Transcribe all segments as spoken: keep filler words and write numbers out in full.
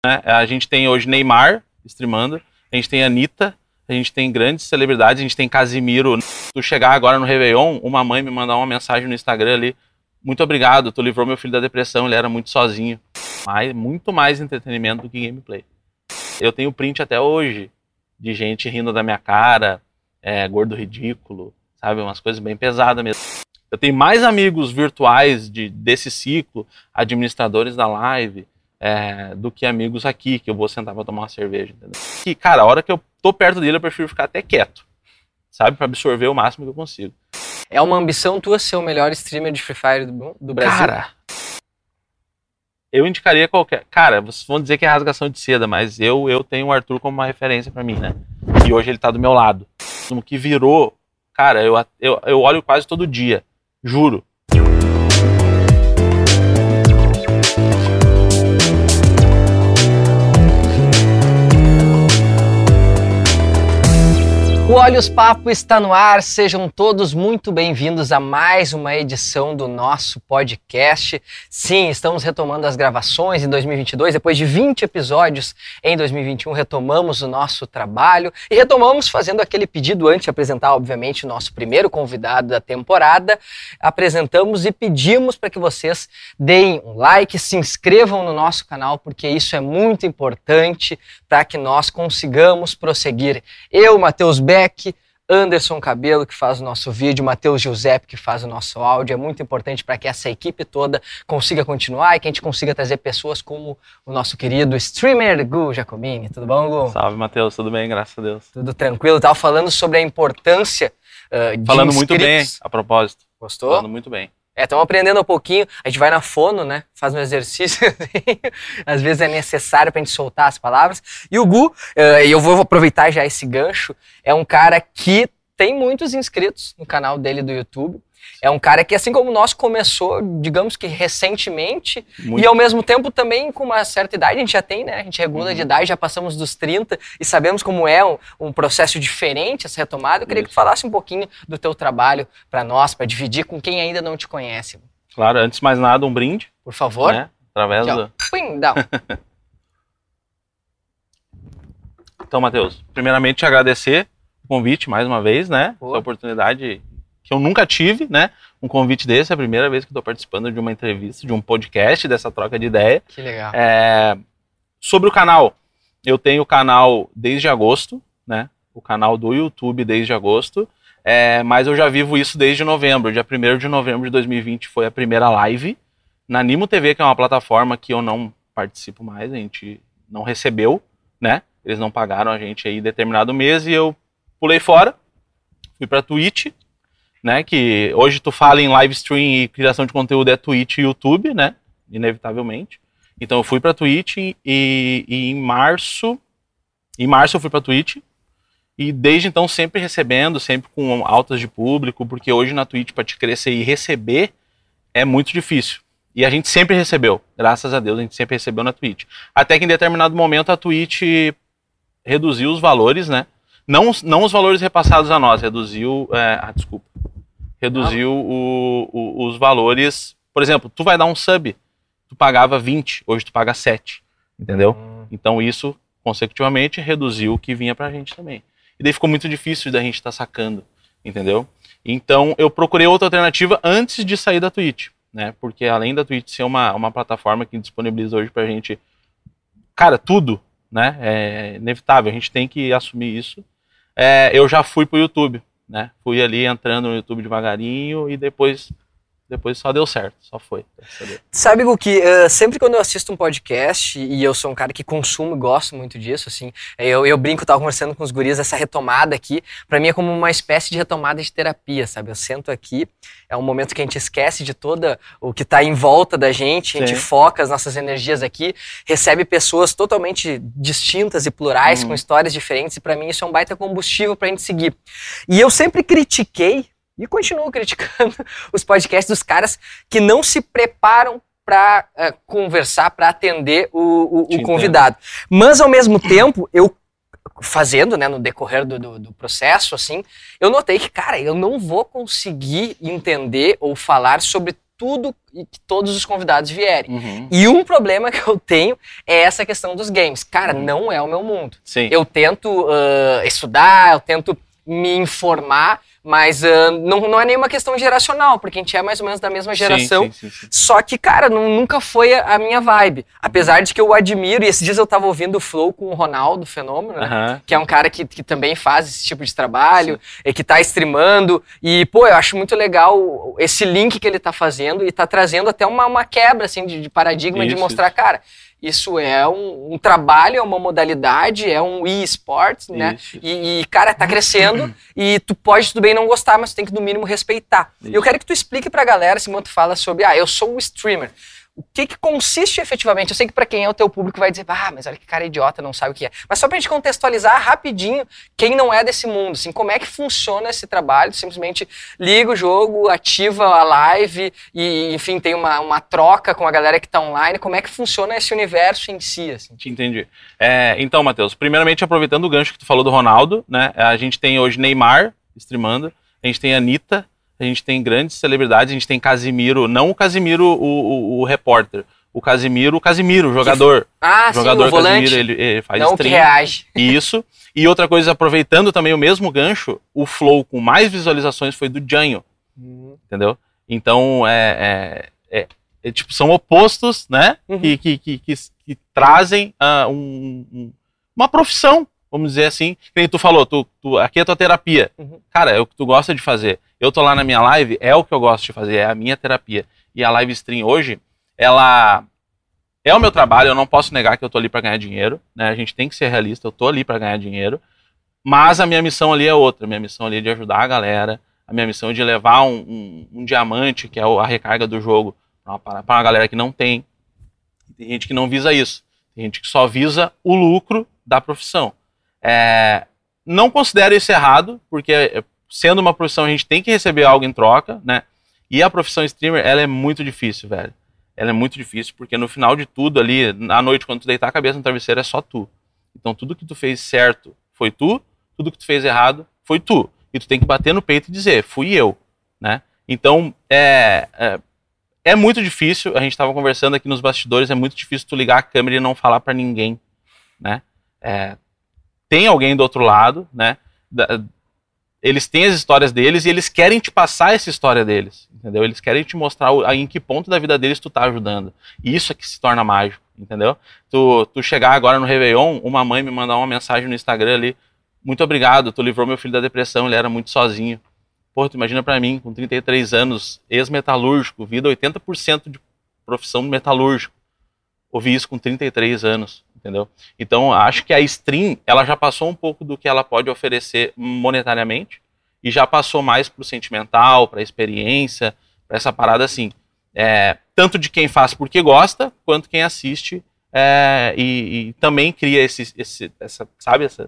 né? A gente tem hoje Neymar streamando, a gente tem Anitta, a gente tem grandes celebridades, a gente tem Casimiro. Tu chegar agora no Réveillon, uma mãe me mandar uma mensagem no Instagram ali, muito obrigado, tu livrou meu filho da depressão, ele era muito sozinho. Mas muito mais entretenimento do que gameplay. Eu tenho print até hoje de gente rindo da minha cara, é, gordo ridículo, sabe? Umas coisas bem pesadas mesmo. Eu tenho mais amigos virtuais de, desse ciclo, administradores da live, é, do que amigos aqui, que eu vou sentar pra tomar uma cerveja, entendeu? E, cara, a hora que eu tô perto dele, eu prefiro ficar até quieto, sabe? Pra absorver o máximo que eu consigo. É uma ambição tua ser o melhor streamer de Free Fire do, do Brasil? Cara, eu indicaria qualquer... Cara, vocês vão dizer que é rasgação de seda, mas eu, eu tenho o Arthur como uma referência pra mim, né? E hoje ele tá do meu lado. O que virou... Cara, eu, eu, eu olho quase todo dia. Juro. O Olhos Papo está no ar, sejam todos muito bem-vindos a mais uma edição do nosso podcast. Sim, estamos retomando as gravações em dois mil e vinte e dois, depois de vinte episódios em dois mil e vinte e um, retomamos o nosso trabalho e retomamos fazendo aquele pedido antes de apresentar, obviamente, o nosso primeiro convidado da temporada. Apresentamos e pedimos para que vocês deem um like, se inscrevam no nosso canal, porque isso é muito importante para que nós consigamos prosseguir. Eu, Matheus Beck, Anderson Cabelo, que faz o nosso vídeo, Matheus Giuseppe, que faz o nosso áudio. É muito importante para que essa equipe toda consiga continuar e que a gente consiga trazer pessoas como o nosso querido streamer Gu Jacomini. Tudo bom, Gu? Salve, Matheus. Tudo bem, graças a Deus. Tudo tranquilo. Tava falando sobre a importância uh, de Falando inscritos. muito bem, a propósito. Gostou? Falando muito bem. É, estamos aprendendo um pouquinho. A gente vai na fono, né? Faz um exercício. Às vezes é necessário pra gente soltar as palavras. E o Gu, e eu vou aproveitar já esse gancho, é um cara que tem muitos inscritos no canal dele do YouTube. É um cara que, assim como nós, começou, digamos que recentemente, muito. E ao mesmo tempo também com uma certa idade, a gente já tem, né? A gente regula uhum. de idade, já passamos dos trinta e sabemos como é um, um processo diferente essa retomada. Eu queria Isso. que tu falasse um pouquinho do teu trabalho para nós, para dividir com quem ainda não te conhece. Claro, antes de mais nada, um brinde. Por favor. Né? Através Tchau. do... Pim, dá. Então, Matheus, primeiramente te agradecer o convite mais uma vez, né? Pô. Essa oportunidade que eu nunca tive, né? Um convite desse, é a primeira vez que estou participando de uma entrevista, de um podcast, dessa troca de ideia. Que legal. É... Sobre o canal, eu tenho o canal desde agosto, né? O canal do YouTube desde agosto, é... mas eu já vivo isso desde novembro. Dia primeiro de novembro de dois mil e vinte foi a primeira live na Nimo T V, que é uma plataforma que eu não participo mais, a gente não recebeu, né? Eles não pagaram a gente aí determinado mês e eu pulei fora, fui pra Twitch, né, que hoje tu fala em live stream e criação de conteúdo é Twitch e YouTube, né, inevitavelmente. Então eu fui pra Twitch e, e em março, em março eu fui pra Twitch e desde então sempre recebendo, sempre com altas de público, porque hoje na Twitch pra te crescer e receber é muito difícil. E a gente sempre recebeu, graças a Deus a gente sempre recebeu na Twitch. Até que em determinado momento a Twitch reduziu os valores, né, não, não os valores repassados a nós, reduziu, é, ah, desculpa. reduziu o, o, os valores. Por exemplo, tu vai dar um sub, tu pagava vinte, hoje tu paga sete, entendeu? Hum. Então isso, consecutivamente, reduziu o que vinha pra gente também. E daí ficou muito difícil da gente estar tá sacando, entendeu? Então eu procurei outra alternativa antes de sair da Twitch, né? Porque além da Twitch ser uma, uma plataforma que disponibiliza hoje pra gente, cara, tudo, né? É inevitável, a gente tem que assumir isso. É, eu já fui pro YouTube. Né? Fui ali entrando no YouTube devagarinho e depois, depois só deu certo, só foi. Sabe, Gu, que uh, sempre quando eu assisto um podcast, e eu sou um cara que consumo e gosto muito disso, assim, eu, eu brinco, eu tava conversando com os guris, essa retomada aqui, pra mim é como uma espécie de retomada de terapia, sabe? Eu sento aqui, é um momento que a gente esquece de todo o que tá em volta da gente, a gente Sim. foca as nossas energias aqui, recebe pessoas totalmente distintas e plurais, uhum. com histórias diferentes, e pra mim isso é um baita combustível pra gente seguir. E eu sempre critiquei, e continuo criticando os podcasts dos caras que não se preparam para uh, conversar, para atender o, o, o convidado. Mas, ao mesmo tempo, eu fazendo, né, no decorrer do, do, do processo, assim, eu notei que, cara, eu não vou conseguir entender ou falar sobre tudo e que todos os convidados vierem. Uhum. E um problema que eu tenho é essa questão dos games. Cara, Uhum. não é o meu mundo. Sim. Eu tento uh, estudar, eu tento me informar, mas uh, não, não é nenhuma questão geracional, porque a gente é mais ou menos da mesma geração. Sim, sim, sim, sim. Só que, cara, não, nunca foi a, a minha vibe. Apesar de que eu admiro, e esses dias eu tava ouvindo o Flow com o Ronaldo Fenômeno, né? Uhum. Que é um cara que, que também faz esse tipo de trabalho, e que tá streamando. E, pô, eu acho muito legal esse link que ele tá fazendo e tá trazendo até uma, uma quebra, assim, de, de paradigma, Isso, de mostrar, isso. cara, isso é um, um trabalho, é uma modalidade, é um e-sport, né? Isso, isso. E, e, cara, tá crescendo e tu pode tudo bem não gostar, mas tu tem que, no mínimo, respeitar. E eu Isso. quero que tu explique pra galera, assim, quando tu fala sobre, ah, eu sou um streamer. O que que consiste efetivamente? Eu sei que pra quem é o teu público vai dizer, ah, mas olha que cara idiota, não sabe o que é. Mas só pra gente contextualizar rapidinho, quem não é desse mundo, assim, como é que funciona esse trabalho? Tu simplesmente liga o jogo, ativa a live e, enfim, tem uma, uma troca com a galera que tá online. Como é que funciona esse universo em si, assim? Te entendi. É, então, Matheus, primeiramente aproveitando o gancho que tu falou do Ronaldo, né? A gente tem hoje Neymar streamando, a gente tem a Anitta, a gente tem grandes celebridades, a gente tem Casimiro, não o Casimiro, o, o, o repórter, o Casimiro, o Casimiro, o jogador. Ah, o jogador sim, o volante. Casimiro, ele, ele faz Não stream. que reage. Isso. E outra coisa, aproveitando também o mesmo gancho, o Flow com mais visualizações foi do Janho, Uhum. entendeu? Então, é, é, é, é, tipo, são opostos, né? Uhum. Que, que, que, que, que trazem uh, um, um, uma profissão, vamos dizer assim. Que nem tu falou, tu, tu, aqui é a tua terapia. Uhum. Cara, é o que tu gosta de fazer. Eu tô lá na minha live, é o que eu gosto de fazer, é a minha terapia. E a live stream hoje, ela é o meu trabalho, eu não posso negar que eu tô ali para ganhar dinheiro, né? A gente tem que ser realista, eu tô ali para ganhar dinheiro. Mas a minha missão ali é outra, a minha missão ali é de ajudar a galera, a minha missão é de levar um, um, um diamante, que é a recarga do jogo, para uma galera que não tem. Tem gente que não visa isso, tem gente que só visa o lucro da profissão. É, não considero isso errado, porque sendo uma profissão a gente tem que receber algo em troca, né? E a profissão streamer, ela é muito difícil, velho. Ela é muito difícil, porque no final de tudo ali, à noite, quando tu deitar a cabeça no travesseiro, é só tu. Então tudo que tu fez certo foi tu, tudo que tu fez errado foi tu. E tu tem que bater no peito e dizer, fui eu, né? Então, é, é, é muito difícil, a gente estava conversando aqui nos bastidores, é muito difícil tu ligar a câmera e não falar pra ninguém, né? É, tem alguém do outro lado, né? Da, eles têm as histórias deles e eles querem te passar essa história deles, entendeu? Eles querem te mostrar o, em que ponto da vida deles tu tá ajudando. E isso é que se torna mágico, entendeu? Tu, tu chegar agora no Réveillon, uma mãe me mandar uma mensagem no Instagram ali, muito obrigado, tu livrou meu filho da depressão, ele era muito sozinho. Pô, tu imagina pra mim, com trinta e três anos, ex-metalúrgico, vida oitenta por cento de profissão metalúrgico. Ouvi isso com trinta e três anos, entendeu? Então, acho que a stream, ela já passou um pouco do que ela pode oferecer monetariamente e já passou mais pro sentimental, pra experiência, pra essa parada assim. É, tanto de quem faz porque gosta, quanto quem assiste é, e, e também cria esse, esse, essa, sabe, essa...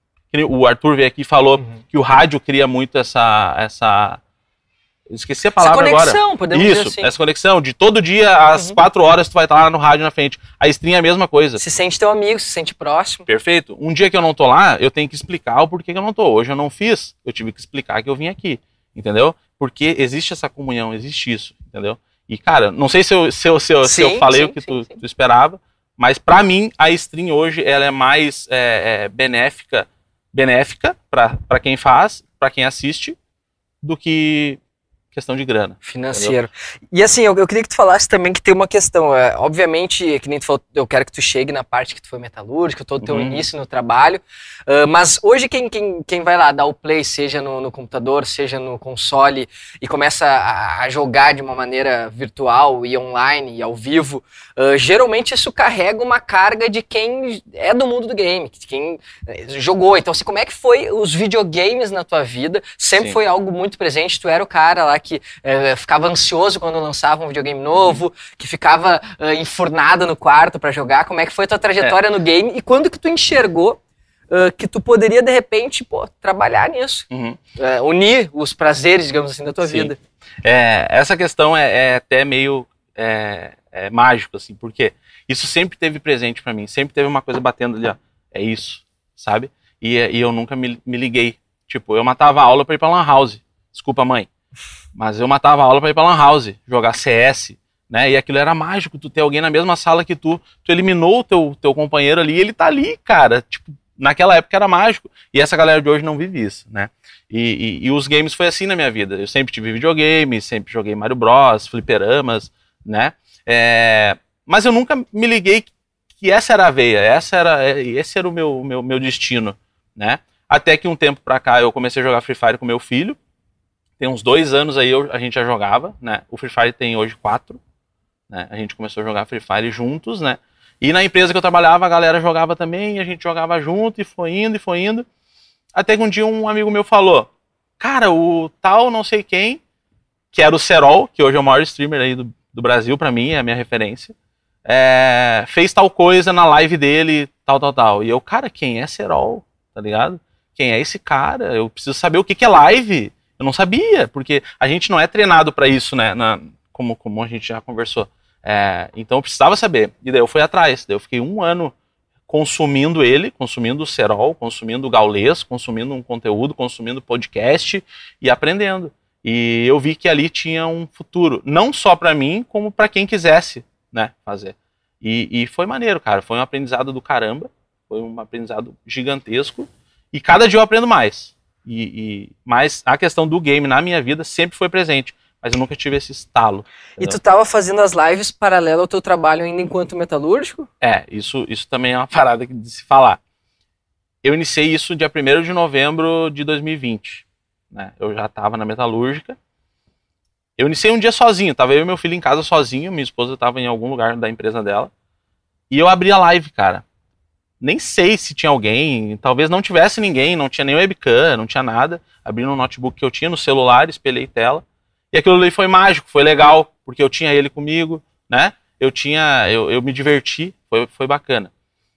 O Arthur veio aqui e falou Uhum. que o rádio cria muito essa... essa eu esqueci a palavra essa conexão, agora. podemos Isso, dizer assim. essa conexão de todo dia, às Uhum. quatro horas, tu vai estar lá no rádio na frente. A stream é a mesma coisa. Se sente teu amigo, se sente próximo. Perfeito. Um dia que eu não tô lá, eu tenho que explicar o porquê que eu não tô. Hoje eu não fiz, eu tive que explicar que eu vim aqui, entendeu? Porque existe essa comunhão, existe isso, entendeu? E, cara, não sei se eu, se eu, se eu, se eu Sim, falei sim, o que sim, tu, sim. tu esperava, mas pra mim, a stream hoje, ela é mais é, é, benéfica, benéfica pra, pra quem faz, pra quem assiste, do que questão de grana. Financeiro. Entendeu? E assim, eu, eu queria que tu falasse também que tem uma questão, é, obviamente, que nem tu falou, eu quero que tu chegue na parte que tu foi metalúrgico, todo o teu Uhum. início no trabalho, uh, mas hoje quem, quem, quem vai lá dar o play, seja no, no computador, seja no console, e começa a, a jogar de uma maneira virtual e online e ao vivo, uh, geralmente isso carrega uma carga de quem é do mundo do game, de quem eh, jogou. Então, assim, como é que foi os videogames na tua vida? Sempre Sim. foi algo muito presente, tu era o cara lá que eh, ficava ansioso quando lançava um videogame novo, uhum. que ficava uh, enfurnado no quarto pra jogar. Como é que foi a tua trajetória é. no game? E quando que tu enxergou uh, que tu poderia, de repente, pô, trabalhar nisso? Uhum. Uh, unir os prazeres, digamos assim, da tua Sim. vida. É, essa questão é, é até meio é, é mágico, assim, porque isso sempre teve presente pra mim, sempre teve uma coisa batendo ali, ó, é isso, sabe? E, e eu nunca me, me liguei. Tipo, eu matava a aula pra ir pra lan house. Desculpa, mãe. Mas eu matava a aula pra ir pra Lan House, jogar C S, né? E aquilo era mágico, tu ter alguém na mesma sala que tu, tu eliminou o teu, teu companheiro ali, e ele tá ali, cara. Tipo, naquela época era mágico. E essa galera de hoje não vive isso, né? E, e, e os games foi assim na minha vida. Eu sempre tive videogame, sempre joguei Mario Bros, fliperamas, né? É, mas eu nunca me liguei que essa era a veia, essa era, esse era o meu, meu, meu destino, né? Até que um tempo pra cá eu comecei a jogar Free Fire com meu filho. Tem uns dois anos aí eu, a gente já jogava, né? O Free Fire tem hoje quatro, né? A gente começou a jogar Free Fire juntos, né? E na empresa que eu trabalhava, a galera jogava também, a gente jogava junto e foi indo e foi indo. Até que um dia um amigo meu falou, cara, o tal não sei quem, que era o Serol, que hoje é o maior streamer aí do, do Brasil pra mim, é a minha referência, é, fez tal coisa na live dele, tal, tal, tal. E eu, cara, quem é Serol? Tá ligado? Quem é esse cara? Eu preciso saber o que, que é live. Eu não sabia, porque a gente não é treinado pra isso, né? Na, como, como a gente já conversou. É, então eu precisava saber. E daí eu fui atrás. Daí eu fiquei um ano consumindo ele, consumindo o Serol, consumindo o Gaules, consumindo um conteúdo, consumindo podcast e aprendendo. E eu vi que ali tinha um futuro, não só pra mim, como pra quem quisesse, né, fazer. E, e foi maneiro, cara. Foi um aprendizado do caramba. Foi um aprendizado gigantesco. E cada dia eu aprendo mais. E, e, mas a questão do game na minha vida sempre foi presente. Mas eu nunca tive esse estalo. Entendeu? E tu tava fazendo as lives paralelo ao teu trabalho ainda enquanto metalúrgico? É, isso, isso também é uma parada de se falar. Eu iniciei isso dia primeiro de novembro de dois mil e vinte. Né? Eu já tava na metalúrgica. Eu iniciei um dia sozinho. Tava eu e meu filho em casa sozinho. Minha esposa tava em algum lugar da empresa dela. E eu abri a live, cara. Nem sei se tinha alguém. Talvez não tivesse ninguém. Não tinha nem webcam, não tinha nada. Abri no notebook que eu tinha, no celular, espelhei tela. E aquilo ali foi mágico, foi legal, porque eu tinha ele comigo, né? Eu tinha, eu, eu me diverti, foi, foi bacana.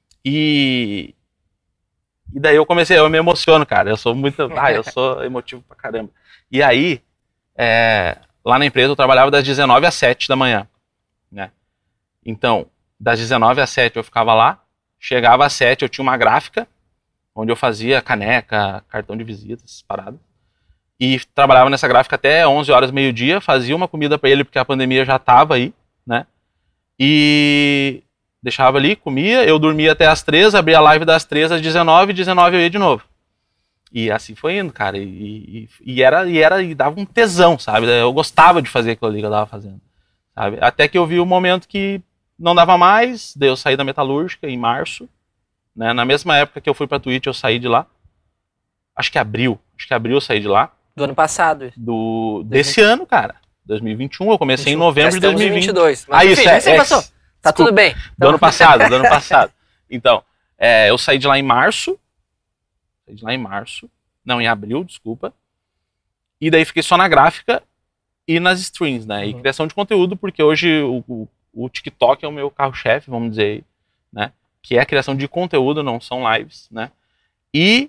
E, e daí eu comecei, eu me emociono, cara. Eu sou muito, ah, eu sou emotivo pra caramba. E aí, é, lá na empresa eu trabalhava das dezenove às sete da manhã, né? Então, das dezenove às sete eu ficava lá, chegava às sete eu tinha uma gráfica, onde eu fazia caneca, cartão de visitas, parada. E trabalhava nessa gráfica até onze horas, meio-dia, fazia uma comida para ele, porque a pandemia já tava aí, né? E deixava ali, comia, eu dormia até as três, abria a live das três às dezenove, dezenove eu ia de novo. E assim foi indo, cara. E, e, e, era, e, era, e dava um tesão, sabe? Eu gostava de fazer aquilo ali que eu tava fazendo, sabe? Até que eu vi o momento que não dava mais, daí eu saí da metalúrgica em março, né? Na mesma época que eu fui pra Twitch, eu saí de lá. Acho que abril, acho que abril eu saí de lá. Do ano passado. Do, desse dois mil... ano, cara. dois mil e vinte e um, eu comecei em novembro de dois mil e vinte. vinte e dois. Mas, ah, isso, é, é, passou. Tá tudo bem. Do então... ano passado, do ano passado. Então, é, eu saí de lá em março. Saí de lá em março. Não, em abril, desculpa. E daí fiquei só na gráfica e nas streams, né? E uhum. criação de conteúdo, porque hoje o, o, o TikTok é o meu carro-chefe, vamos dizer aí, né? Que é a criação de conteúdo, não são lives, né? E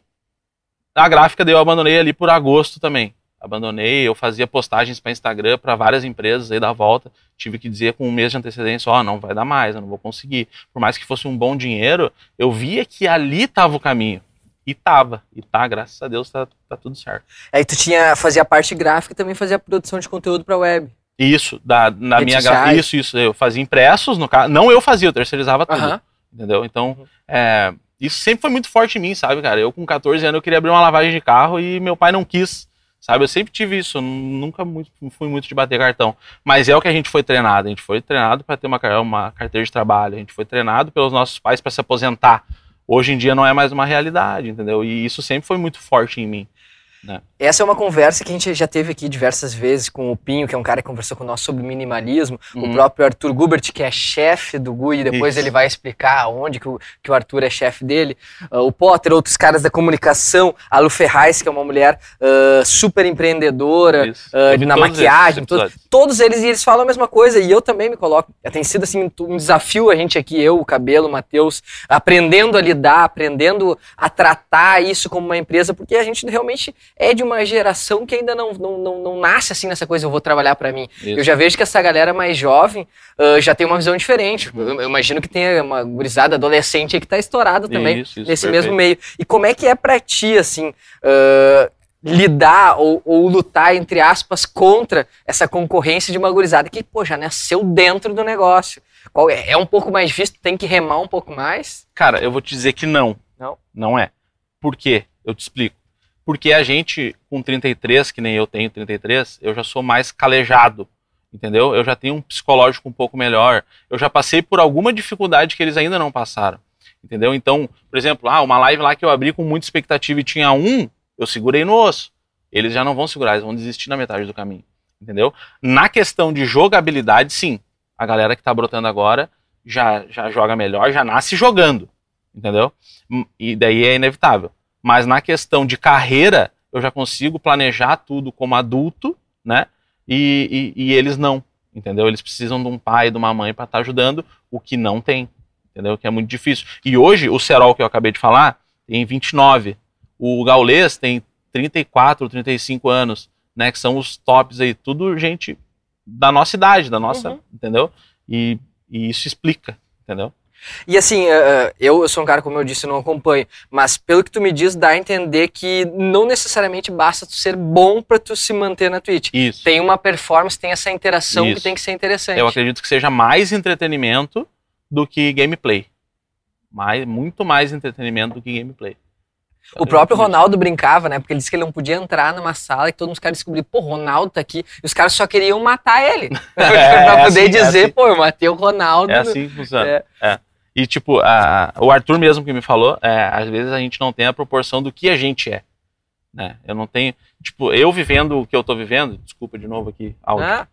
a gráfica daí eu abandonei ali por agosto também. Abandonei, eu fazia postagens para Instagram para várias empresas aí da volta. Tive que dizer com um mês de antecedência, ó, oh, não vai dar mais, eu não vou conseguir. Por mais que fosse um bom dinheiro, eu via que ali tava o caminho. E tava, e tá, graças a Deus tá, tá tudo certo. Aí tu tinha, fazia a parte gráfica e também fazia a produção de conteúdo para web. Isso, da, na minha gráfica, isso, isso. Eu fazia impressos, no caso, não eu fazia, eu terceirizava tudo. Uh-huh. Entendeu? Então, uhum. é... isso sempre foi muito forte em mim, sabe, cara? Eu com catorze anos eu queria abrir uma lavagem de carro e meu pai não quis, sabe? Eu sempre tive isso, nunca muito, fui muito de bater cartão. Mas é o que a gente foi treinado, a gente foi treinado para ter uma, uma carteira de trabalho, a gente foi treinado pelos nossos pais para se aposentar. Hoje em dia não é mais uma realidade, entendeu? E isso sempre foi muito forte em mim. Né? Essa é uma conversa que a gente já teve aqui diversas vezes com o Pinho, que é um cara que conversou conosco sobre minimalismo, uhum. o próprio Arthur Gubert, que é chefe do G U I, depois Isso. ele vai explicar onde que o, que o Arthur é chefe dele, uh, o Potter, outros caras da comunicação, a Lu Ferraz, que é uma mulher uh, super empreendedora, uh, na maquiagem, todos, todos eles, e eles falam a mesma coisa, e eu também me coloco, tem sido assim um desafio a gente aqui, eu, o Cabelo, o Matheus, aprendendo a lidar, aprendendo a tratar isso como uma empresa, porque a gente realmente é de uma geração que ainda não, não, não, não nasce assim nessa coisa, eu vou trabalhar pra mim. Isso. Eu já vejo que essa galera mais jovem uh, já tem uma visão diferente. Uhum. Eu, eu imagino que tenha uma gurizada adolescente aí que tá estourada também isso, isso, nesse perfeito. Mesmo meio. E como é que é pra ti, assim, uh, lidar ou, ou lutar, entre aspas, contra essa concorrência de uma gurizada que, pô, já nasceu dentro do negócio. Qual é? É um pouco mais difícil, tem que remar um pouco mais? Cara, eu vou te dizer que não. Não? Não é. Por quê? Eu te explico. Porque a gente, com trinta e três, que nem eu tenho trinta e três, eu já sou mais calejado, entendeu? Eu já tenho um psicológico um pouco melhor. Eu já passei por alguma dificuldade que eles ainda não passaram, entendeu? Então, por exemplo, ah, uma live lá que eu abri com muita expectativa e tinha um, eu segurei no osso. Eles já não vão segurar, eles vão desistir na metade do caminho, entendeu? Na questão de jogabilidade, sim. A galera que tá brotando agora já, já joga melhor, já nasce jogando, entendeu? E daí é inevitável. Mas na questão de carreira, eu já consigo planejar tudo como adulto, né? E, e, e eles não, entendeu? Eles precisam de um pai, de uma mãe para estar ajudando, o que não tem, entendeu? Que é muito difícil. E hoje, o Serol, que eu acabei de falar, tem vinte e nove. O Gaulês tem trinta e quatro, trinta e cinco anos, né? Que são os tops aí. Tudo gente da nossa idade, da nossa, uhum. entendeu? E, e isso explica, entendeu? E assim, uh, eu sou um cara, como eu disse, não acompanho, mas pelo que tu me diz, dá a entender que não necessariamente basta tu ser bom pra tu se manter na Twitch. Isso. Tem uma performance, tem essa interação Isso. que tem que ser interessante. Eu acredito que seja mais entretenimento do que gameplay. Mais, muito mais entretenimento do que gameplay. O próprio Ronaldo brincava, né? Porque ele disse que ele não podia entrar numa sala e que todos os caras descobriram, pô, o Ronaldo tá aqui. E os caras só queriam matar ele. É, pra é poder assim, dizer, é assim. pô, eu matei o Ronaldo. É assim que funciona. É. É. E tipo, a, a, o Arthur mesmo que me falou, é, às vezes a gente não tem a proporção do que a gente é. Né? Eu não tenho, tipo, eu vivendo o que eu tô vivendo, desculpa de novo aqui, áudio. Ah,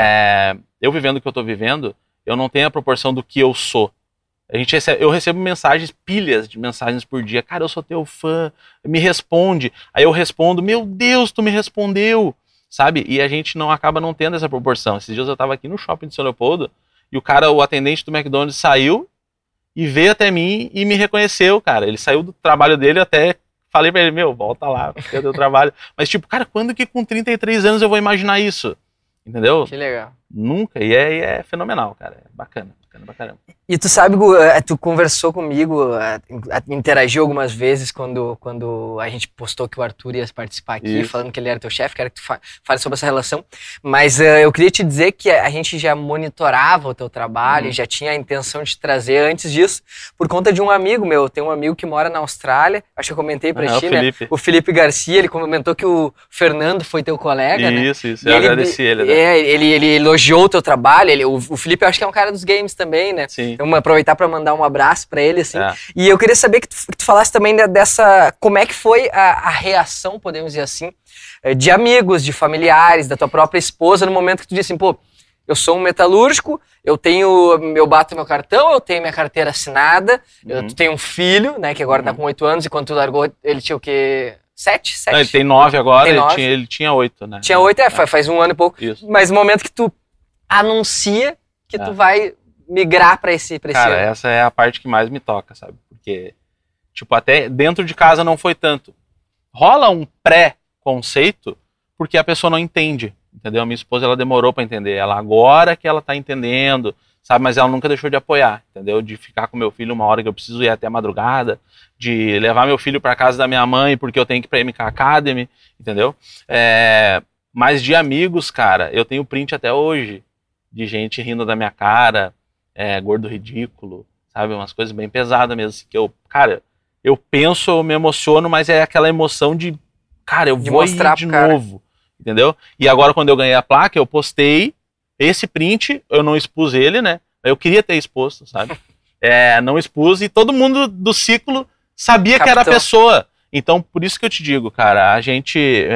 é, eu vivendo o que eu tô vivendo, eu não tenho a proporção do que eu sou. A gente recebe, eu recebo mensagens, pilhas de mensagens por dia. Cara, eu sou teu fã, me responde. Aí eu respondo, meu Deus, tu me respondeu, sabe? E a gente não acaba não tendo essa proporção. Esses dias eu tava aqui no shopping de São Leopoldo e o cara, o atendente do McDonald's saiu e veio até mim e me reconheceu, cara. Ele saiu do trabalho dele, eu até falei pra ele, meu, volta lá, porque é o teu trabalho. Mas tipo, cara, quando que com trinta e três anos eu vou imaginar isso? Entendeu? Que legal. Nunca. E é, e é fenomenal, cara. É bacana. Bacana pra caramba. E tu sabe, Gu, tu conversou comigo, interagiu algumas vezes quando, quando a gente postou que o Arthur ia participar aqui, Isso. falando que ele era teu chefe, quero que tu fale sobre essa relação. Mas uh, eu queria te dizer que a gente já monitorava o teu trabalho, uhum. já tinha a intenção de te trazer antes disso, por conta de um amigo meu. Tem um amigo que mora na Austrália, acho que eu comentei pra ah, ti, o né? Felipe. O Felipe Garcia, ele comentou que o Fernando foi teu colega, né? Isso, isso, eu ele, agradeci ele. Né? É, ele, ele elogiou o teu trabalho, ele, o, o Felipe eu acho que é um cara dos games também, né? Sim. Então, aproveitar para mandar um abraço para ele, assim. É. E eu queria saber que tu, que tu falasse também dessa... Como é que foi a, a reação, podemos dizer assim, de amigos, de familiares, da tua própria esposa, no momento que tu disse assim, pô, eu sou um metalúrgico, eu tenho... Eu bato meu cartão, eu tenho minha carteira assinada, uhum. eu, tu tem um filho, né, que agora uhum. tá com oito anos, e quando tu largou, ele tinha o quê? Sete? Sete? Não, ele tem nove agora, tem ele, nove. Tinha, ele tinha oito, né? Tinha oito, é, é. faz um ano e pouco. Isso. Mas no momento que tu anuncia que é. tu vai... migrar pra esse, pra esse Cara, ano. essa é a parte que mais me toca, sabe? Porque, tipo, até dentro de casa não foi tanto. Rola um pré-conceito porque a pessoa não entende, entendeu? A minha esposa, ela demorou pra entender. Ela agora que ela tá entendendo, sabe? Mas ela nunca deixou de apoiar, entendeu? De ficar com meu filho uma hora que eu preciso ir até a madrugada, de levar meu filho pra casa da minha mãe porque eu tenho que ir pra M K Academy, entendeu? É... Mas de amigos, cara, eu tenho print até hoje de gente rindo da minha cara, É, gordo ridículo, sabe? Umas coisas bem pesadas mesmo. Assim, que eu, cara, eu penso, eu me emociono, mas é aquela emoção de, cara, eu de vou ir de novo, entendeu? E agora, quando eu ganhei a placa, eu postei esse print, eu não expus ele, né? Eu queria ter exposto, sabe? É, não expus e todo mundo do ciclo sabia Capitão. que era a pessoa. Então, por isso que eu te digo, cara, a gente...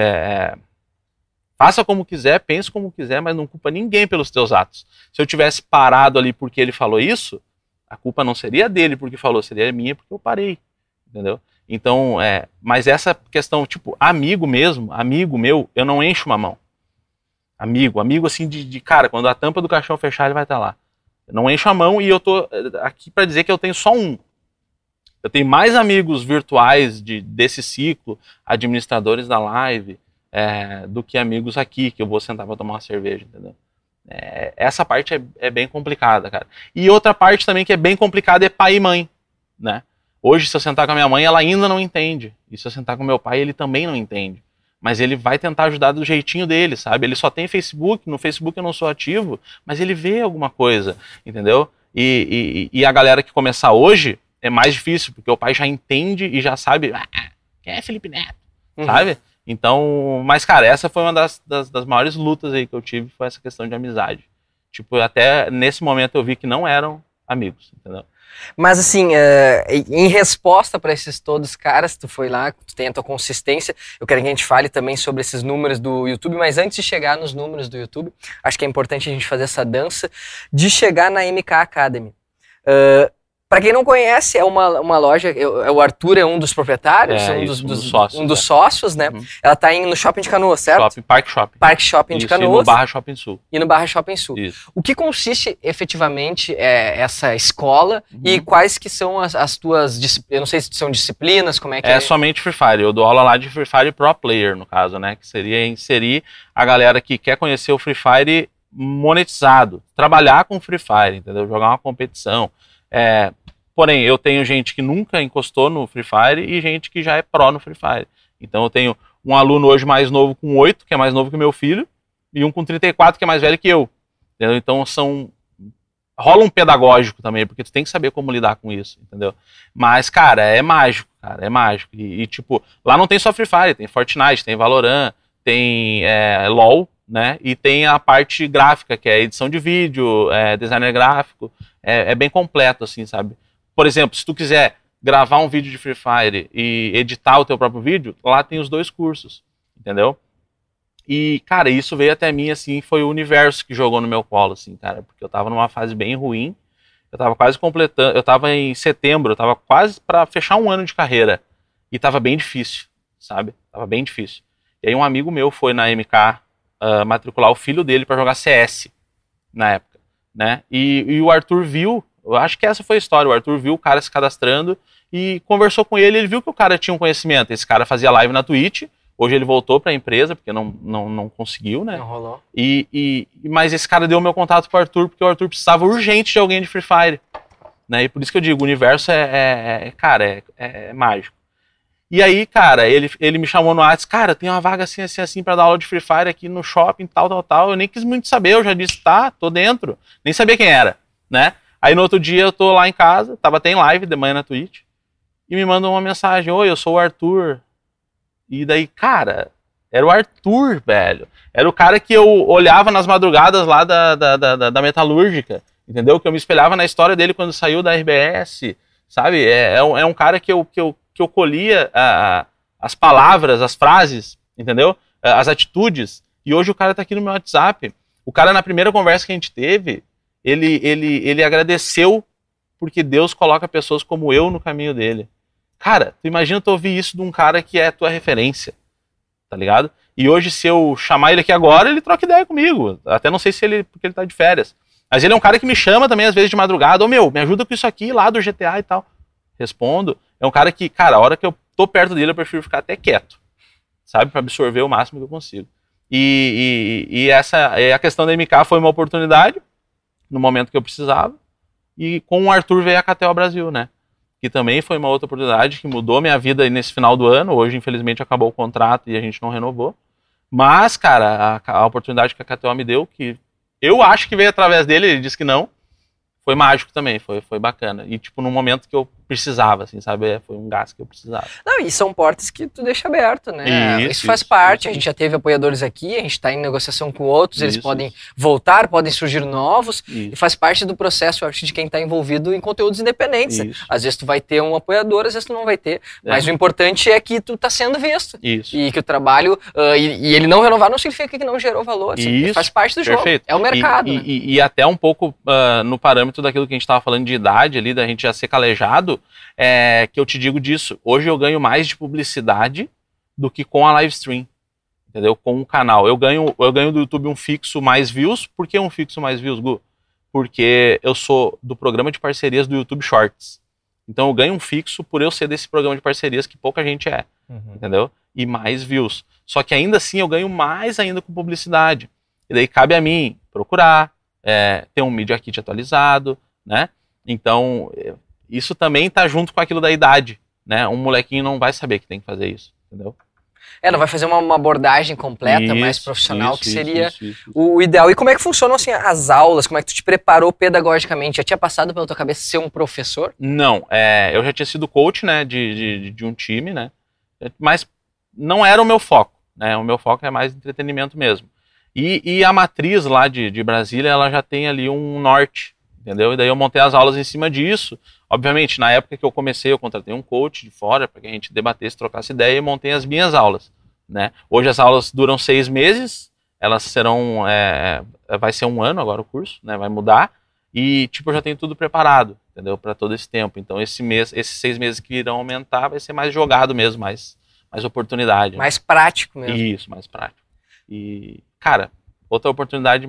É, faça como quiser, pense como quiser, mas não culpa ninguém pelos teus atos. Se eu tivesse parado ali porque ele falou isso, a culpa não seria dele porque falou, seria minha porque eu parei, entendeu? Então, é, mas essa questão, tipo, amigo mesmo, amigo meu, eu não encho uma mão. Amigo, amigo assim de, de cara, quando a tampa do caixão fechar, ele vai estar lá. Eu não encho a mão e eu tô aqui para dizer que eu tenho só um. Eu tenho mais amigos virtuais de, desse ciclo, administradores da live, É, do que amigos aqui, que eu vou sentar pra tomar uma cerveja, entendeu? É, essa parte é, é bem complicada, cara. E outra parte também que é bem complicada é pai e mãe, né? Hoje, se eu sentar com a minha mãe, ela ainda não entende. E se eu sentar com meu pai, ele também não entende. mas ele vai tentar ajudar do jeitinho dele, sabe? Ele só tem Facebook, no Facebook eu não sou ativo, mas ele vê alguma coisa, entendeu? E, e, e a galera que começar hoje é mais difícil, porque o pai já entende e já sabe, ah, quem é Felipe Neto, uhum. sabe? Então, mas cara, essa foi uma das, das, das maiores lutas aí que eu tive, foi essa questão de amizade. Tipo, até nesse momento eu vi que não eram amigos, entendeu? Mas assim, uh, em resposta para esses todos caras, tu foi lá, tu tem a tua consistência, eu quero que a gente fale também sobre esses números do YouTube, mas antes de chegar nos números do YouTube, acho que é importante a gente fazer essa dança de chegar na M K Academy. Uh, Para quem não conhece, é uma, uma loja, eu, o Arthur é um dos proprietários, é, um, isso, dos, um dos, dos sócios, um dos é. sócios, né? Uhum. Ela tá em, no Shopping de Canoas, certo? Shopping, Parque Shopping. Parque Shopping isso, de Canoas. E no Barra Shopping Sul. E no Barra Shopping Sul. Isso. O que consiste efetivamente é, essa escola uhum. e quais que são as, as tuas, eu não sei se são disciplinas, como é que é? É somente Free Fire, eu dou aula lá de Free Fire Pro Player, no caso, né? Que seria inserir a galera que quer conhecer o Free Fire monetizado, trabalhar com Free Fire, entendeu? Jogar uma competição, é... Porém, eu tenho gente que nunca encostou no Free Fire e gente que já é pró no Free Fire. Então eu tenho um aluno hoje mais novo com oito, que é mais novo que o meu filho, e um com trinta e quatro, que é mais velho que eu. Entendeu? Então são... rola um pedagógico também, porque tu tem que saber como lidar com isso, entendeu? Mas, cara, é mágico, cara, é mágico. E, e tipo, lá não tem só Free Fire, tem Fortnite, tem Valorant, tem é, LoL, né? E tem a parte gráfica, que é edição de vídeo, é, designer gráfico, é, é bem completo, assim, sabe? Por exemplo, se tu quiser gravar um vídeo de Free Fire e editar o teu próprio vídeo, lá tem os dois cursos, entendeu? E, cara, isso veio até mim, assim, foi o universo que jogou no meu colo, assim, cara, porque eu tava numa fase bem ruim, eu tava quase completando, eu tava em setembro, eu tava quase pra fechar um ano de carreira, e tava bem difícil, sabe? Tava bem difícil. E aí um amigo meu foi na M K uh, matricular o filho dele pra jogar C S, na época, né? E, e o Arthur viu, eu acho que essa foi a história, o Arthur viu o cara se cadastrando e conversou com ele, ele viu que o cara tinha um conhecimento, esse cara fazia live na Twitch, hoje ele voltou para a empresa, porque não, não, não conseguiu, né? Não rolou. E, e, mas esse cara deu o meu contato pro Arthur, porque o Arthur precisava urgente de alguém de Free Fire, né? E por isso que eu digo, o universo é, é, é cara, é, é, é mágico. E aí, cara, ele, ele me chamou no WhatsApp, cara, tem uma vaga assim, assim, assim, pra dar aula de Free Fire aqui no shopping, tal, tal, tal. Eu nem quis muito saber, eu já disse, tá, tô dentro. Nem sabia quem era, né? Aí no outro dia eu tô lá em casa, tava até em live de manhã na Twitch, e me mandam uma mensagem, oi, eu sou o Arthur. E daí, cara, era o Arthur, velho. Era o cara que eu olhava nas madrugadas lá da, da, da, da Metalúrgica, entendeu? Que eu me espelhava na história dele quando saiu da R B S, sabe? É, é, um, é um cara que eu, que eu, que eu colhia a, as palavras, as frases, entendeu? As atitudes. E hoje o cara tá aqui no meu WhatsApp. O cara, na primeira conversa que a gente teve, ele, ele, ele agradeceu porque Deus coloca pessoas como eu no caminho dele. Cara, tu imagina tu ouvir isso de um cara que é tua referência, tá ligado? E hoje, se eu chamar ele aqui agora, ele troca ideia comigo. Até não sei se ele, porque ele tá de férias. Mas ele é um cara que me chama também, às vezes, de madrugada. Ô, meu, me ajuda com isso aqui, lá do G T A e tal. Respondo. É um cara que, cara, a hora que eu tô perto dele, eu prefiro ficar até quieto, sabe? Pra absorver o máximo que eu consigo. E, e, e essa, a questão da M K foi uma oportunidade, no momento que eu precisava. E com o Arthur veio a K T O Brasil, né? Que também foi uma outra oportunidade que mudou minha vida nesse final do ano. Hoje, infelizmente, acabou o contrato e a gente não renovou. Mas, cara, a, a oportunidade que a K T O me deu, que eu acho que veio através dele, ele disse que não, foi mágico também, foi, foi bacana. E, tipo, num momento que eu precisava, assim, sabe? Foi um gás que eu precisava. Não, e são portas que tu deixa aberto, né? Isso, isso faz isso, parte, isso. A gente já teve apoiadores aqui, a gente tá em negociação com outros, eles isso, podem isso. voltar, podem surgir novos, isso. e faz parte do processo, eu acho, de quem tá envolvido em conteúdos independentes. Isso. Às vezes tu vai ter um apoiador, às vezes tu não vai ter, é. mas o importante é que tu tá sendo visto. Isso. E que o trabalho, uh, e, e ele não renovar não significa que não gerou valor, assim, faz parte do Perfeito. jogo, é o mercado. E, né? e, e até um pouco uh, no parâmetro daquilo que a gente tava falando de idade ali, da gente já ser calejado, é, que eu te digo disso, hoje eu ganho mais de publicidade do que com a live stream, entendeu? Com o canal. Eu ganho, eu ganho do YouTube um fixo mais views. Por que um fixo mais views, Gu? Porque eu sou do programa de parcerias do YouTube Shorts. Então eu ganho um fixo por eu ser desse programa de parcerias que pouca gente é, uhum. entendeu? E mais views. Só que ainda assim eu ganho mais ainda com publicidade. E daí cabe a mim procurar, é, ter um Media Kit atualizado, né? Então, isso também tá junto com aquilo da idade, né? Um molequinho não vai saber que tem que fazer isso, entendeu? É, não vai fazer uma, uma abordagem completa, Isso, mais profissional, isso, que isso, seria isso, isso, isso. O, o ideal. E como é que funcionam assim, as aulas? Como é que tu te preparou pedagogicamente? Já tinha passado pela tua cabeça ser um professor? Não, é, eu já tinha sido coach, né, de, de, de um time, né, mas não era o meu foco, né, o meu foco é mais entretenimento mesmo. E, e a matriz lá de, de Brasília, ela já tem ali um norte, entendeu? E daí eu montei as aulas em cima disso. Obviamente, na época que eu comecei, eu contratei um coach de fora para que a gente debatesse, trocasse ideia e montei as minhas aulas, né. Hoje as aulas duram seis meses, elas serão, é, vai ser um ano agora o curso, né, vai mudar. E, tipo, eu já tenho tudo preparado, entendeu? Para todo esse tempo. Então, esse mês, esses seis meses que irão aumentar, vai ser mais jogado mesmo, mais, mais oportunidade. Mais né? prático mesmo. Isso, mais prático. E, cara, outra oportunidade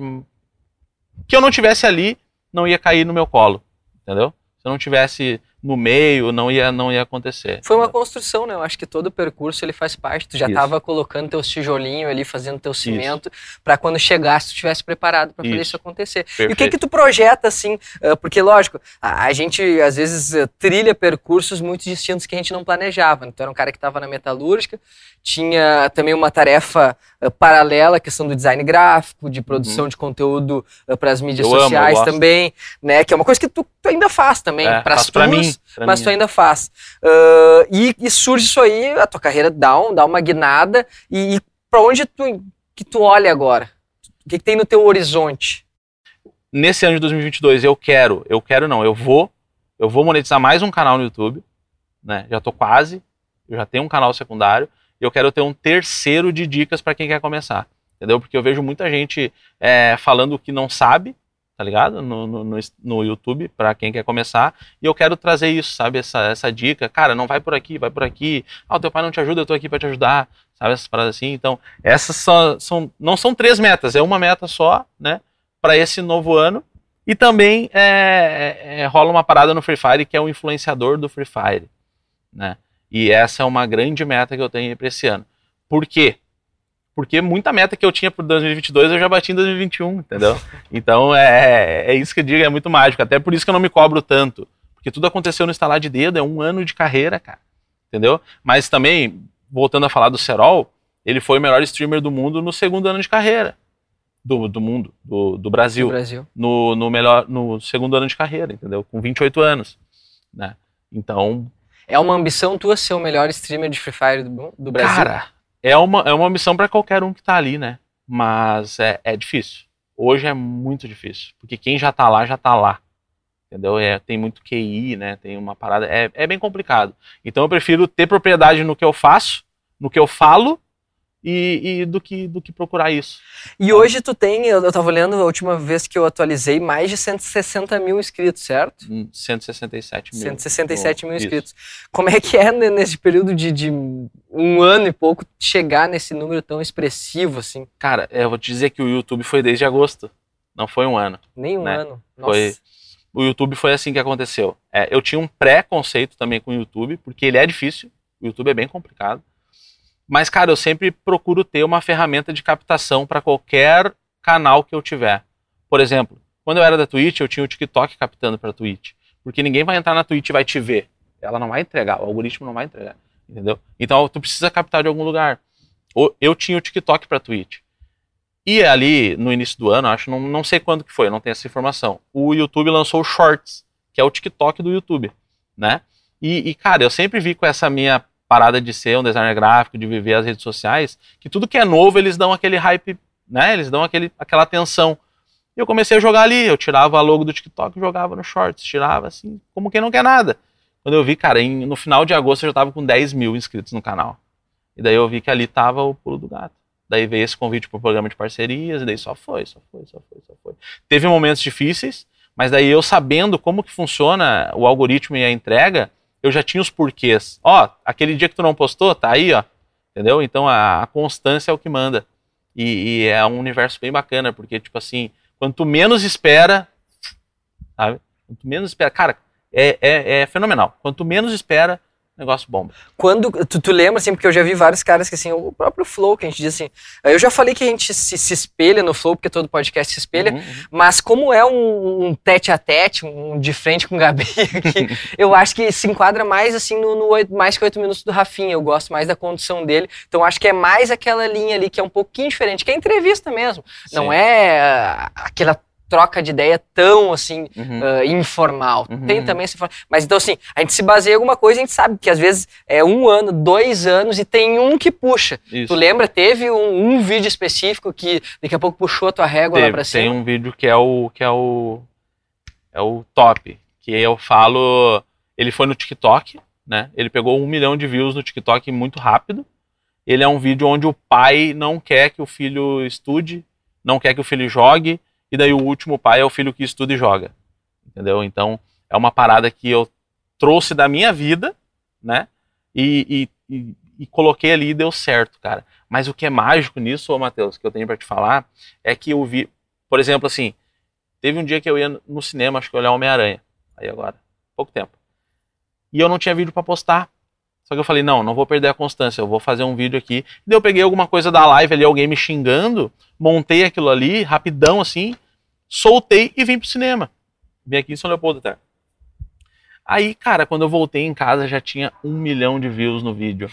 que eu não tivesse ali, não ia cair no meu colo, entendeu? Se eu não tivesse no meio, não ia, não ia acontecer. Foi uma entendeu? construção, né? Eu acho que todo o percurso ele faz parte. Tu já Isso. estava colocando teus tijolinhos ali, fazendo teu cimento, para quando chegasse tu estivesse preparado para fazer Isso. isso acontecer. Perfeito. E o que que tu projeta assim? Uh, porque lógico, a, a gente às vezes uh, trilha percursos muito distintos que a gente não planejava. Então era um cara que estava na metalúrgica, tinha também uma tarefa uh, paralela, a questão do design gráfico, de produção Uhum. de conteúdo uh, para as mídias Eu amo, eu sociais gosto. também, né? Que é uma coisa que tu, tu ainda faz também, É, pras faço pra tuas, mim, pra mas mim, tu é. ainda faz. Uh, e, e surge isso aí, a tua carreira dá, um, dá uma guinada, e, e para onde tu, que tu olha agora? O que, que tem no teu horizonte? Nesse ano de dois mil e vinte e dois eu quero, eu quero não, eu vou, eu vou monetizar mais um canal no YouTube, né? Já tô quase, eu já tenho um canal secundário, e eu quero ter um terceiro de dicas para quem quer começar, entendeu? Porque eu vejo muita gente é, falando que não sabe, tá ligado? No, no, no, no YouTube, para quem quer começar, e eu quero trazer isso, sabe? Essa, essa dica, cara, não vai por aqui, vai por aqui, ah, o teu pai não te ajuda, eu tô aqui para te ajudar, sabe? Essas paradas assim, então, essas são, são, não são três metas, é uma meta só, né? Para esse novo ano, e também é, é, é, rola uma parada no Free Fire que é o influenciador do Free Fire, né? E essa é uma grande meta que eu tenho para esse ano. Por quê? Porque muita meta que eu tinha para dois mil e vinte e dois eu já bati em dois mil e vinte e um, entendeu? Então é, é isso que eu digo, é muito mágico. Até por isso que eu não me cobro tanto. Porque tudo aconteceu no estalar de dedo, é um ano de carreira, cara. Entendeu? Mas também, voltando a falar do Serol, ele foi o melhor streamer do mundo no segundo ano de carreira. Do, do mundo, do, do Brasil. Do Brasil. No, no, melhor, no segundo ano de carreira, entendeu? Com vinte e oito anos. Né? Então... É uma ambição tua ser o melhor streamer de Free Fire do, do Brasil? Cara, é uma, é uma missão para qualquer um que tá ali, né? Mas é, é difícil. Hoje é muito difícil. Porque quem já tá lá, já tá lá. Entendeu? É, tem muito Q I, né? Tem uma parada... É, é bem complicado. Então eu prefiro ter propriedade no que eu faço, no que eu falo, E, e do, que, do que procurar isso. E hoje tu tem, eu, eu tava olhando a última vez que eu atualizei, mais de cento e sessenta mil inscritos, certo? cento e sessenta e sete mil. cento e sessenta e sete mil Isso. inscritos. Como é que é né, nesse período de, de um ano e pouco chegar nesse número tão expressivo assim? Cara, eu vou te dizer que o YouTube foi desde agosto. Não foi um ano. Nem um né? ano. Nossa. Foi, o YouTube foi assim que aconteceu. É, eu tinha um pré-conceito também com o YouTube, porque ele é difícil. O YouTube é bem complicado. Mas, cara, eu sempre procuro ter uma ferramenta de captação para qualquer canal que eu tiver. Por exemplo, quando eu era da Twitch, eu tinha o TikTok captando para Twitch. Porque ninguém vai entrar na Twitch e vai te ver. Ela não vai entregar, o algoritmo não vai entregar. Entendeu? Então, tu precisa captar de algum lugar. Eu tinha o TikTok para Twitch. E ali, no início do ano, acho, não, não sei quando que foi, eu não tenho essa informação. O YouTube lançou o Shorts, que é o TikTok do YouTube, né? E, e cara, eu sempre vi com essa minha... parada de ser um designer gráfico, de viver as redes sociais, que tudo que é novo eles dão aquele hype, né? Eles dão aquele, aquela atenção. E eu comecei a jogar ali, eu tirava a logo do TikTok e jogava no Shorts, tirava assim, como quem não quer nada. Quando eu vi, cara, em, no final de agosto eu já tava com dez mil inscritos no canal. E daí eu vi que ali tava o pulo do gato. Daí veio esse convite pro programa de parcerias, e daí só foi, só foi, só foi, só foi. Teve momentos difíceis, mas daí eu sabendo como que funciona o algoritmo e a entrega, eu já tinha os porquês. Ó, aquele dia que tu não postou, tá aí, ó. Entendeu? Então a, a constância é o que manda. E, e é um universo bem bacana, porque, tipo assim, quanto menos espera, sabe? Quanto menos espera. Cara, é, é, é fenomenal. Quanto menos espera, negócio bomba. Quando, tu, tu lembra, assim, porque eu já vi vários caras que, assim, o próprio Flow, que a gente diz assim, eu já falei que a gente se, se espelha no Flow, porque todo podcast se espelha, uhum, uhum. mas como é um, um tete a tete, um de frente com o Gabi aqui, eu acho que se enquadra mais, assim, no, no oito, mais que oito minutos do Rafinha, eu gosto mais da condução dele, então acho que é mais aquela linha ali, que é um pouquinho diferente, que é entrevista mesmo, Sim. não é uh, aquela troca de ideia tão, assim, uhum. uh, informal. Uhum. Tem também essa... Mas, então, assim, a gente se baseia em alguma coisa, a gente sabe que, às vezes, é um ano, dois anos, e tem um que puxa. Isso. Tu lembra? Teve um, um vídeo específico que, daqui a pouco, puxou a tua régua Teve, lá pra cima? Tem um vídeo que é o... que é o... é o top. Que eu falo... Ele foi no TikTok, né? Ele pegou um milhão de views no TikTok muito rápido. Ele é um vídeo onde o pai não quer que o filho estude, não quer que o filho jogue, e daí o último pai é o filho que estuda e joga, entendeu? Então, é uma parada que eu trouxe da minha vida, né? E, e, e, e coloquei ali e deu certo, cara. Mas o que é mágico nisso, ô Matheus, que eu tenho pra te falar, é que eu vi, por exemplo, assim, teve um dia que eu ia no cinema, acho que olhar Homem-Aranha, aí agora, pouco tempo, e eu não tinha vídeo pra postar. Só que eu falei, não, não vou perder a constância, eu vou fazer um vídeo aqui. E daí eu peguei alguma coisa da live ali, alguém me xingando, montei aquilo ali, rapidão assim, soltei e vim pro cinema. Vim aqui em São Leopoldo até. Aí, cara, quando eu voltei em casa, já tinha um milhão de views no vídeo,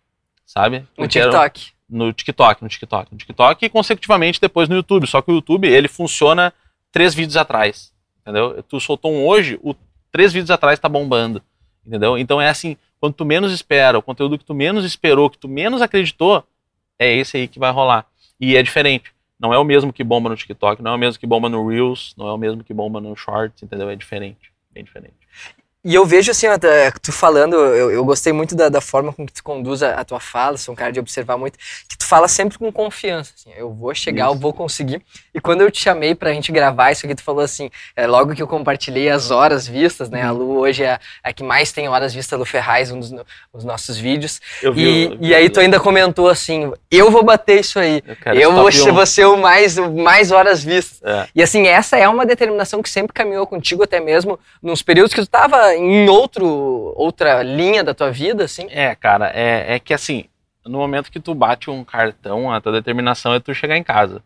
sabe? No TikTok? Era, no TikTok, no TikTok. No TikTok e, consecutivamente, depois no YouTube. Só que o YouTube, ele funciona três vídeos atrás, entendeu? Tu soltou um hoje, o três vídeos atrás tá bombando, entendeu? Então é assim... Quando tu menos espera, o conteúdo que tu menos esperou, que tu menos acreditou, é esse aí que vai rolar. E é diferente. Não é o mesmo que bomba no TikTok, não é o mesmo que bomba no Reels, não é o mesmo que bomba no Shorts, entendeu? É diferente, bem diferente. E eu vejo assim, tu falando, eu, eu gostei muito da, da forma com que tu conduz a, a tua fala, sou um cara de observar muito, que tu fala sempre com confiança, assim, eu vou chegar, isso. eu vou conseguir. E quando eu te chamei pra gente gravar isso aqui, tu falou assim, é, logo que eu compartilhei as horas vistas, né, uhum. a Lu hoje é a que mais tem horas vistas, Lu Ferraz, um dos no, os nossos vídeos. Eu vi, e, eu vi, e aí tu ainda comentou assim, eu vou bater isso aí, eu, eu vou, vou ser o mais, o mais horas vistas. É. E assim, essa é uma determinação que sempre caminhou contigo, até mesmo nos períodos que tu tava em outro, outra linha da tua vida, assim? É, cara, é, é que assim, no momento que tu bate um cartão, a tua determinação é tu chegar em casa,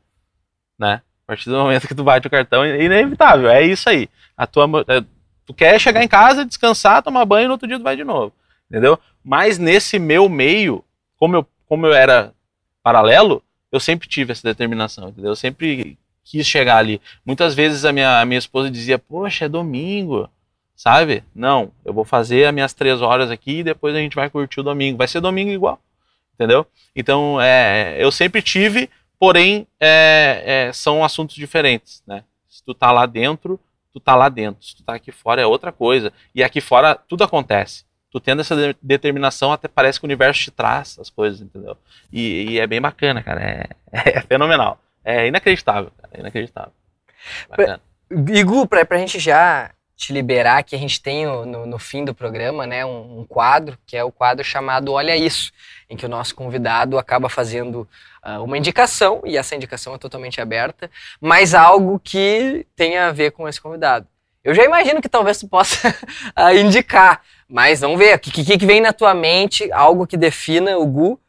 né? A partir do momento que tu bate o cartão, é inevitável, é isso aí. A tua, é, tu quer chegar em casa, descansar, tomar banho e no outro dia tu vai de novo, entendeu? Mas nesse meu meio, como eu, como eu era paralelo, eu sempre tive essa determinação, entendeu? Eu sempre quis chegar ali. Muitas vezes a minha, a minha esposa dizia, poxa, é domingo, sabe? Não, eu vou fazer as minhas três horas aqui e depois a gente vai curtir o domingo. Vai ser domingo igual, entendeu? Então, é, eu sempre tive, porém, é, é, são assuntos diferentes, né? Se tu tá lá dentro, tu tá lá dentro. Se tu tá aqui fora, é outra coisa. E aqui fora, tudo acontece. Tu tendo essa de determinação, até parece que o universo te traz as coisas, entendeu? E, e é bem bacana, cara. É, é fenomenal. É inacreditável, cara. É inacreditável. Bacana. Igu, pra, pra gente já... te liberar, que a gente tem no, no fim do programa, né, um, um quadro, que é o quadro chamado Olha Isso, em que o nosso convidado acaba fazendo uh, uma indicação, e essa indicação é totalmente aberta, mas algo que tenha a ver com esse convidado. Eu já imagino que talvez tu possa uh, indicar, mas vamos ver, o que, que, que vem na tua mente, algo que defina o Gu?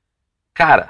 Cara,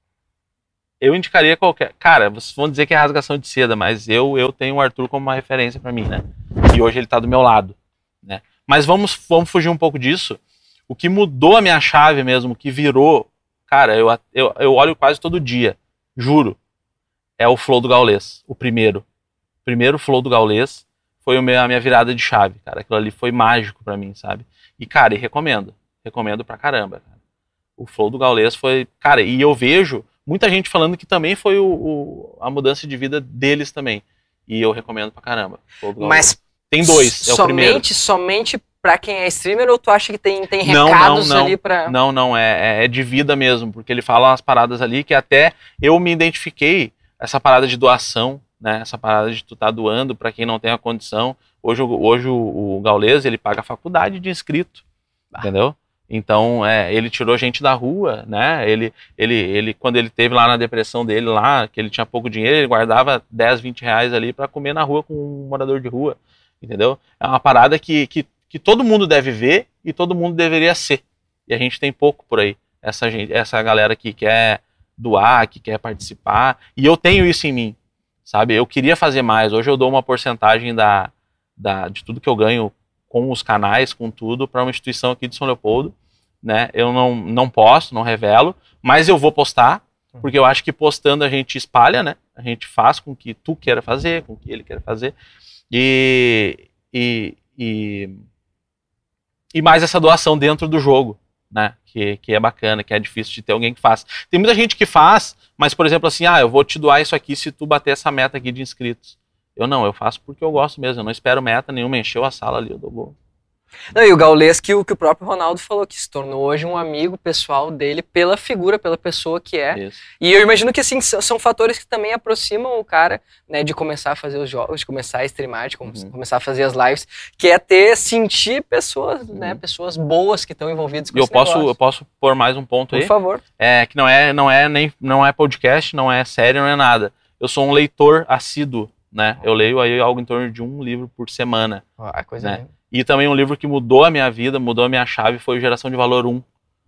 eu indicaria qualquer... Cara, vocês vão dizer que é rasgação de seda, mas eu, eu tenho o Arthur como uma referência pra mim, né? E hoje ele tá do meu lado, né? Mas vamos, vamos fugir um pouco disso. O que mudou a minha chave mesmo, o que virou... Cara, eu, eu, eu olho quase todo dia, juro. É o Flow do Gaules, o primeiro. O primeiro Flow do Gaules foi o meu, a minha virada de chave, cara. Aquilo ali foi mágico pra mim, sabe? E, cara, e recomendo. Recomendo pra caramba, cara. O Flow do Gaules foi... Cara, e eu vejo... Muita gente falando que também foi o, o, a mudança de vida deles também. E eu recomendo pra caramba. Mas tem dois, é o primeiro. Somente, somente pra quem é streamer ou tu acha que tem, tem recados não, não, não. ali pra... Não, não, é, é de vida mesmo. Porque ele fala umas paradas ali que até eu me identifiquei. Essa parada de doação, né? Essa parada de tu tá doando pra quem não tem a condição. Hoje, hoje o, o Gaules, ele paga a faculdade de inscrito. Ah. Entendeu? Então, é, ele tirou gente da rua, né? Ele, ele, ele, quando ele teve lá na depressão dele, lá, que ele tinha pouco dinheiro, ele guardava dez, vinte reais ali para comer na rua com um morador de rua, entendeu? É uma parada que, que, que todo mundo deve ver e todo mundo deveria ser. E a gente tem pouco por aí. Essa, gente, essa galera que quer doar, que quer participar. E eu tenho isso em mim, sabe? Eu queria fazer mais. Hoje eu dou uma porcentagem da, da, de tudo que eu ganho com os canais, com tudo, para uma instituição aqui de São Leopoldo. Né? Eu não, não posto, não revelo, mas eu vou postar, porque eu acho que postando a gente espalha, né? A gente faz com que tu queira fazer, com que ele queira fazer. E... e, e E mais essa doação dentro do jogo, né? Que, que é bacana, que é difícil de ter alguém que faz. Tem muita gente que faz, mas, por exemplo, assim, ah, eu vou te doar isso aqui se tu bater essa meta aqui de inscritos. Eu não, eu faço porque eu gosto mesmo, eu não espero meta nenhuma, encheu a sala ali, eu dou boa. Não, e o Gaules, que o, que o próprio Ronaldo falou, que se tornou hoje um amigo pessoal dele pela figura, pela pessoa que é. Isso. E eu imagino que assim, são fatores que também aproximam o cara, né, de começar a fazer os jogos, de começar a streamar, de com uhum. começar a fazer as lives, que é ter, sentir pessoas, uhum. né, pessoas boas que estão envolvidas com e eu esse posso, negócio. eu posso pôr mais um ponto Por aí? Por favor. É, que não é, não, é nem, não é podcast, não é série, não é nada. Eu sou um leitor assíduo, né? Eu leio aí algo em torno de um livro por semana. Ah, coisa né? linda. E também um livro que mudou a minha vida, mudou a minha chave, foi o Geração de Valor um.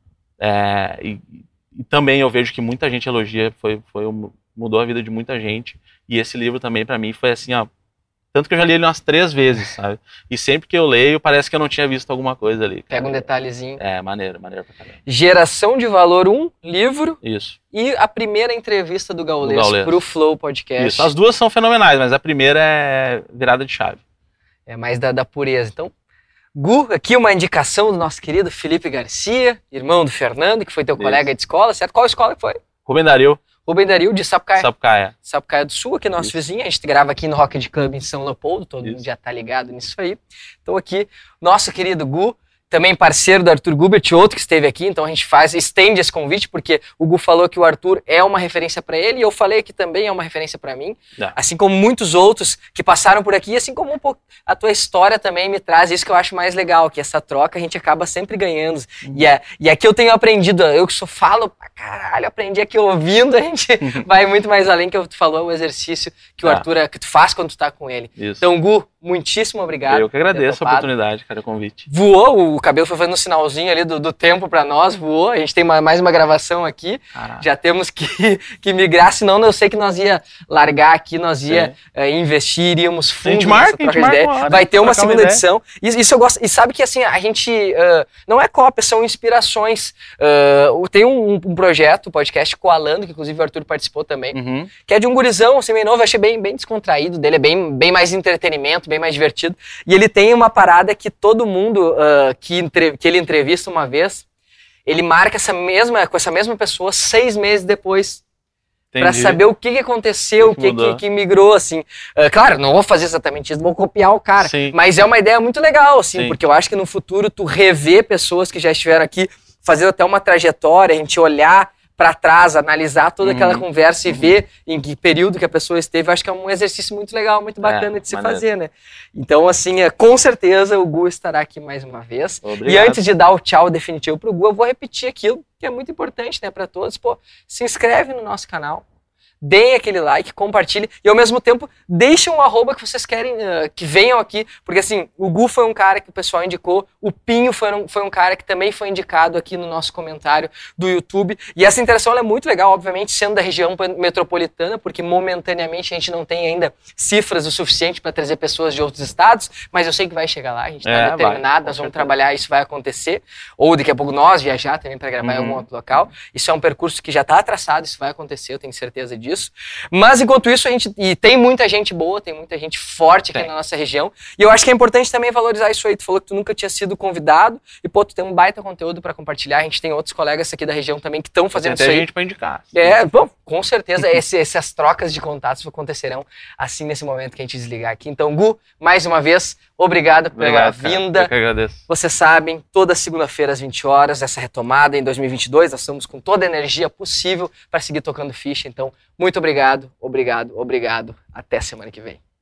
É, e, e também eu vejo que muita gente elogia, foi, foi, mudou a vida de muita gente. E esse livro também, pra mim, foi assim, ó... Tanto que eu já li ele umas três vezes, sabe? E sempre que eu leio, parece que eu não tinha visto alguma coisa ali. Pega um detalhezinho. É, maneiro, maneiro pra caramba. Geração de Valor um, livro. Isso. E a primeira entrevista do Gaules, do Gaules pro Flow Podcast. Isso, as duas são fenomenais, mas a primeira é virada de chave. É mais da, da pureza. Então, Gu, aqui uma indicação do nosso querido Felipe Garcia, irmão do Fernando, que foi teu Isso. colega de escola, certo? Qual escola que foi? Rubem Dario. Rubem Dario, de Sapucaia. Sapucaia. Sapucaia do Sul, aqui nosso Isso. vizinho. A gente grava aqui no Rocket Club em São Leopoldo, todo Isso. mundo já tá ligado nisso aí. Então aqui, nosso querido Gu, também parceiro do Arthur Gubert, outro que esteve aqui, então a gente faz, estende esse convite, porque o Gu falou que o Arthur é uma referência para ele, e eu falei que também é uma referência para mim, é. assim como muitos outros que passaram por aqui, assim como um pouco a tua história também me traz isso que eu acho mais legal, que essa troca a gente acaba sempre ganhando. Uhum. E, é, e aqui eu tenho aprendido, eu que só falo pra caralho, aprendi aqui ouvindo, a gente uhum. vai muito mais além, que tu falou, o exercício que o é. Arthur, que tu faz quando tu tá com ele. Isso. Então, Gu, muitíssimo obrigado. Eu que agradeço a oportunidade, cara, o convite. Voou, o cabelo foi fazendo um sinalzinho ali do, do tempo pra nós, voou. A gente tem uma, mais uma gravação aqui. Caraca. Já temos que, que migrar, senão eu sei que nós ia largar aqui, nós ia é, investir, iríamos fundo. A gente marca, a gente marca uma hora, vai ter uma segunda uma edição. Isso, isso eu gosto. E sabe que assim, a gente uh, não é cópia, são inspirações. Uh, tem um, um projeto, um podcast Coalando, que inclusive o Arthur participou também, uhum. que é de um gurizão, assim, meio novo, eu achei bem, bem descontraído dele, é bem, bem mais entretenimento, bem mais divertido. E ele tem uma parada que todo mundo uh, que, entre, que ele entrevista uma vez, ele marca essa mesma, com essa mesma pessoa seis meses depois. Para saber o que, que aconteceu, o que, que, que migrou, assim. Uh, claro, não vou fazer exatamente isso, vou copiar o cara. Sim. Mas é uma ideia muito legal, assim, Sim. porque eu acho que no futuro tu rever pessoas que já estiveram aqui, fazendo até uma trajetória, a gente olhar para trás, analisar toda uhum. aquela conversa e uhum. ver em que período que a pessoa esteve, acho que é um exercício muito legal, muito bacana é, de se maneiro. fazer, né? Então, assim, é, com certeza o Gu estará aqui mais uma vez. Obrigado. E antes de dar o tchau definitivo pro Gu, eu vou repetir aquilo que é muito importante, né, para todos. Pô, se inscreve no nosso canal, deem aquele like, compartilhe e ao mesmo tempo deixem um arroba que vocês querem uh, que venham aqui, porque assim, o Gu foi um cara que o pessoal indicou, o Pinho foi um, foi um cara que também foi indicado aqui no nosso comentário do YouTube, e essa interação ela é muito legal, obviamente sendo da região metropolitana, porque momentaneamente a gente não tem ainda cifras o suficiente para trazer pessoas de outros estados, mas eu sei que vai chegar lá, a gente está é, determinado, vai, nós vamos trabalhar, isso vai acontecer, ou daqui a pouco nós viajar também para gravar uhum. em algum outro local, isso é um percurso que já está traçado, isso vai acontecer, eu tenho certeza disso. Mas enquanto isso a gente e tem muita gente boa, tem muita gente forte aqui tem. na nossa região, e eu acho que é importante também valorizar isso aí. Tu falou que tu nunca tinha sido convidado e pô, tu tem um baita conteúdo para compartilhar. A gente tem outros colegas aqui da região também que estão fazendo tem isso aí. Tem gente para indicar. É, bom, com certeza esse, essas trocas de contatos acontecerão assim nesse momento que a gente desligar aqui. Então, Gu, mais uma vez, obrigado pela Obrigado, vinda. Eu que agradeço. Vocês sabem, toda segunda-feira às vinte horas, essa retomada em dois mil e vinte e dois, nós estamos com toda a energia possível para seguir tocando ficha. Então, muito obrigado, obrigado, obrigado. Até semana que vem.